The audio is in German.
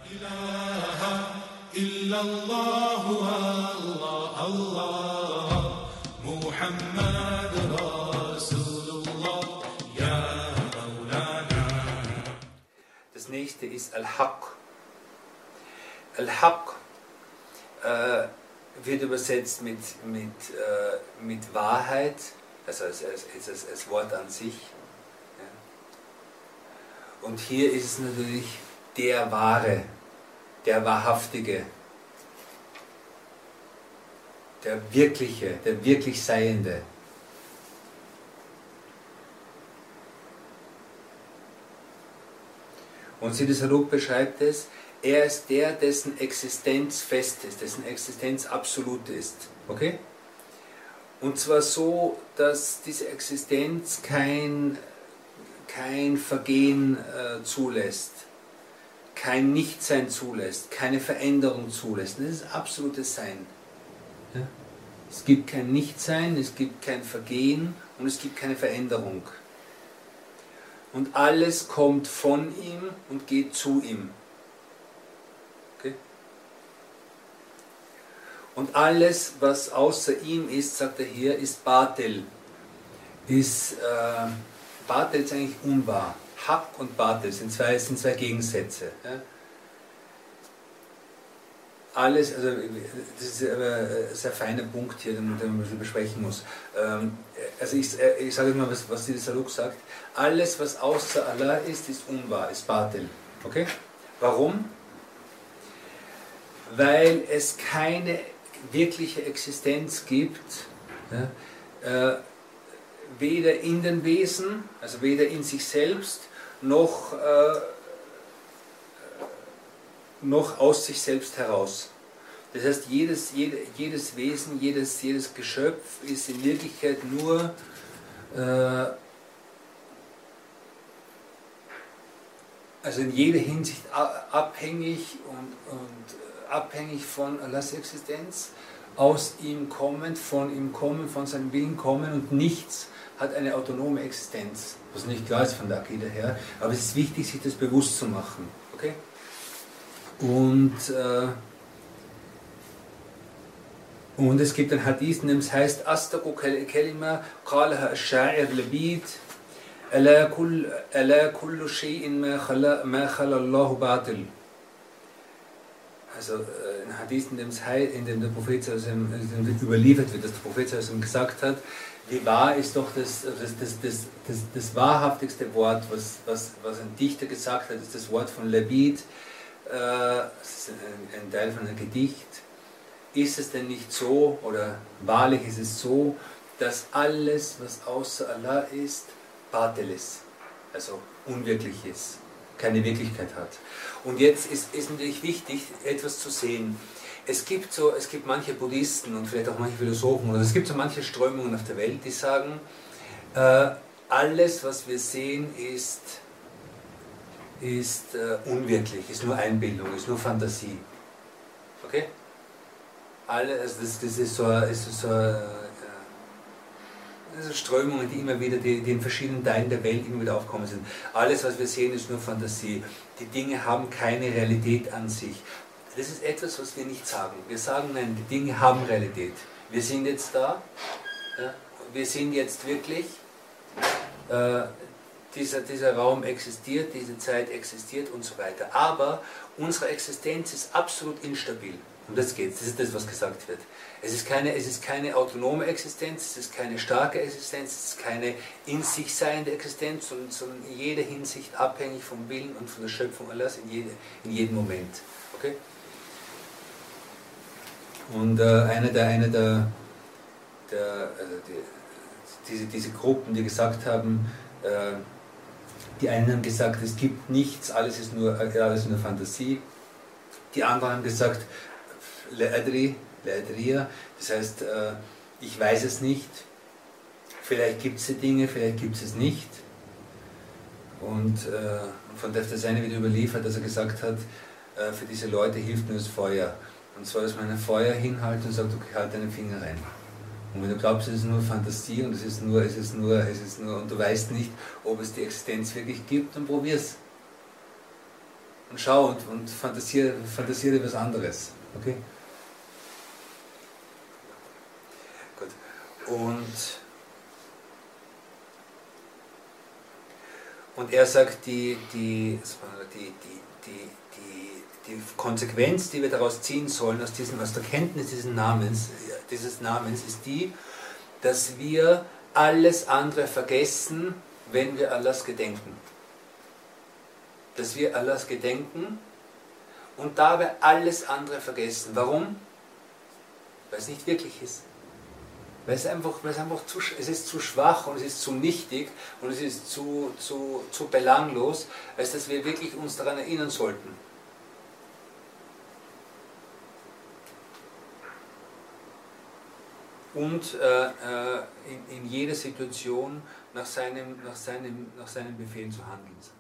ilaha illallah Allah Allah Muhammad Rasulullah ya Maulana. Das nächste ist Al-Haq. Al-Haq wird übersetzt mit Wahrheit, also als Wort an sich. Ja. Und hier ist es natürlich der Wahre, der Wahrhaftige, der Wirkliche, der wirklich Seiende. Und Sidi Saluk beschreibt es, er ist der, dessen Existenz fest ist, dessen Existenz absolut ist. Okay? Und zwar so, dass diese Existenz kein Vergehen zulässt, kein Nichtsein zulässt, keine Veränderung zulässt. Das ist absolutes Sein. Ja? Es gibt kein Nichtsein, es gibt kein Vergehen und es gibt keine Veränderung. Und alles kommt von ihm und geht zu ihm. Okay? Und alles, was außer ihm ist, sagt er hier, ist Batil. Batil ist eigentlich unwahr. Haq und Batil sind zwei Gegensätze. Ja? Alles, also das ist aber ein sehr feiner Punkt hier, den man besprechen muss. Also ich sage mal, was Sidi Saluk sagt. Alles, was außer Allah ist unwahr, ist Batil. Okay? Warum? Weil es keine wirkliche Existenz gibt, ja, weder in den Wesen, also weder in sich selbst, noch aus sich selbst heraus. Das heißt, jedes Wesen, jedes Geschöpf ist in Wirklichkeit nur also in jeder Hinsicht abhängig und abhängig von Allahs Existenz, aus ihm kommend, von seinem Willen kommen, und nichts hat eine autonome Existenz, was nicht klar ist von der Akida her, aber es ist wichtig, sich das bewusst zu machen. Okay? Und es gibt ein Hadith, in dem es heißt, Astaqu kalima qalaha ash-sha'ir labid ala kullu shay'in ma khala Allahu batil. Also ein Hadith, in dem der Prophet überliefert wird, dass der Prophet gesagt hat, wie wahr ist doch das wahrhaftigste Wort, was ein Dichter gesagt hat, ist das Wort von Labid. Das ist ein Teil von einem Gedicht. Ist es denn nicht so, oder wahrlich ist es so, dass alles, was außer Allah ist, Batil ist, also unwirklich ist, keine Wirklichkeit hat. Und jetzt ist natürlich wichtig, etwas zu sehen. Es gibt manche Buddhisten und vielleicht auch manche Philosophen, oder es gibt so manche Strömungen auf der Welt, die sagen, alles, was wir sehen, ist unwirklich, ist nur Einbildung, ist nur Fantasie. Okay? Also das ist Strömungen, die immer wieder, die in verschiedenen Teilen der Welt immer wieder aufkommen sind. Alles, was wir sehen, ist nur Fantasie. Die Dinge haben keine Realität an sich. Das ist etwas, was wir nicht sagen. Wir sagen, nein, die Dinge haben Realität. Wir sind jetzt da, ja, wir sind jetzt wirklich, dieser Raum existiert, diese Zeit existiert und so weiter. Aber unsere Existenz ist absolut instabil. Um das geht es. Das ist das, was gesagt wird. Es ist keine autonome Existenz, es ist keine starke Existenz, es ist keine in sich seiende Existenz, sondern in jeder Hinsicht abhängig vom Willen und von der Schöpfung Allahs in jedem Moment. Okay? Und diese Gruppen, die gesagt haben, die einen haben gesagt, es gibt nichts, alles ist nur Fantasie. Die anderen haben gesagt, das heißt, ich weiß es nicht, vielleicht gibt es die Dinge, vielleicht gibt es es nicht. Und von der Seine wird überliefert, dass er gesagt hat, für diese Leute hilft nur das Feuer. Und zwar, dass man ein Feuer hinhält und sagt, okay, halt deinen Finger rein. Und wenn du glaubst, es ist nur Fantasie und es ist nur, und du weißt nicht, ob es die Existenz wirklich gibt, dann probier's. und schau und fantasiere dir was anderes. Okay? Gut. Und er sagt, die Konsequenz, die wir daraus ziehen sollen, aus der Kenntnis dieses Namens ist die, dass wir alles andere vergessen, wenn wir Allahs gedenken. Dass wir Allahs gedenken und dabei alles andere vergessen. Warum? Weil es nicht wirklich ist. Weil es ist zu schwach und es ist zu nichtig und es ist zu belanglos, als dass wir wirklich uns daran erinnern sollten. Und in jeder Situation nach seinem Befehl zu handeln.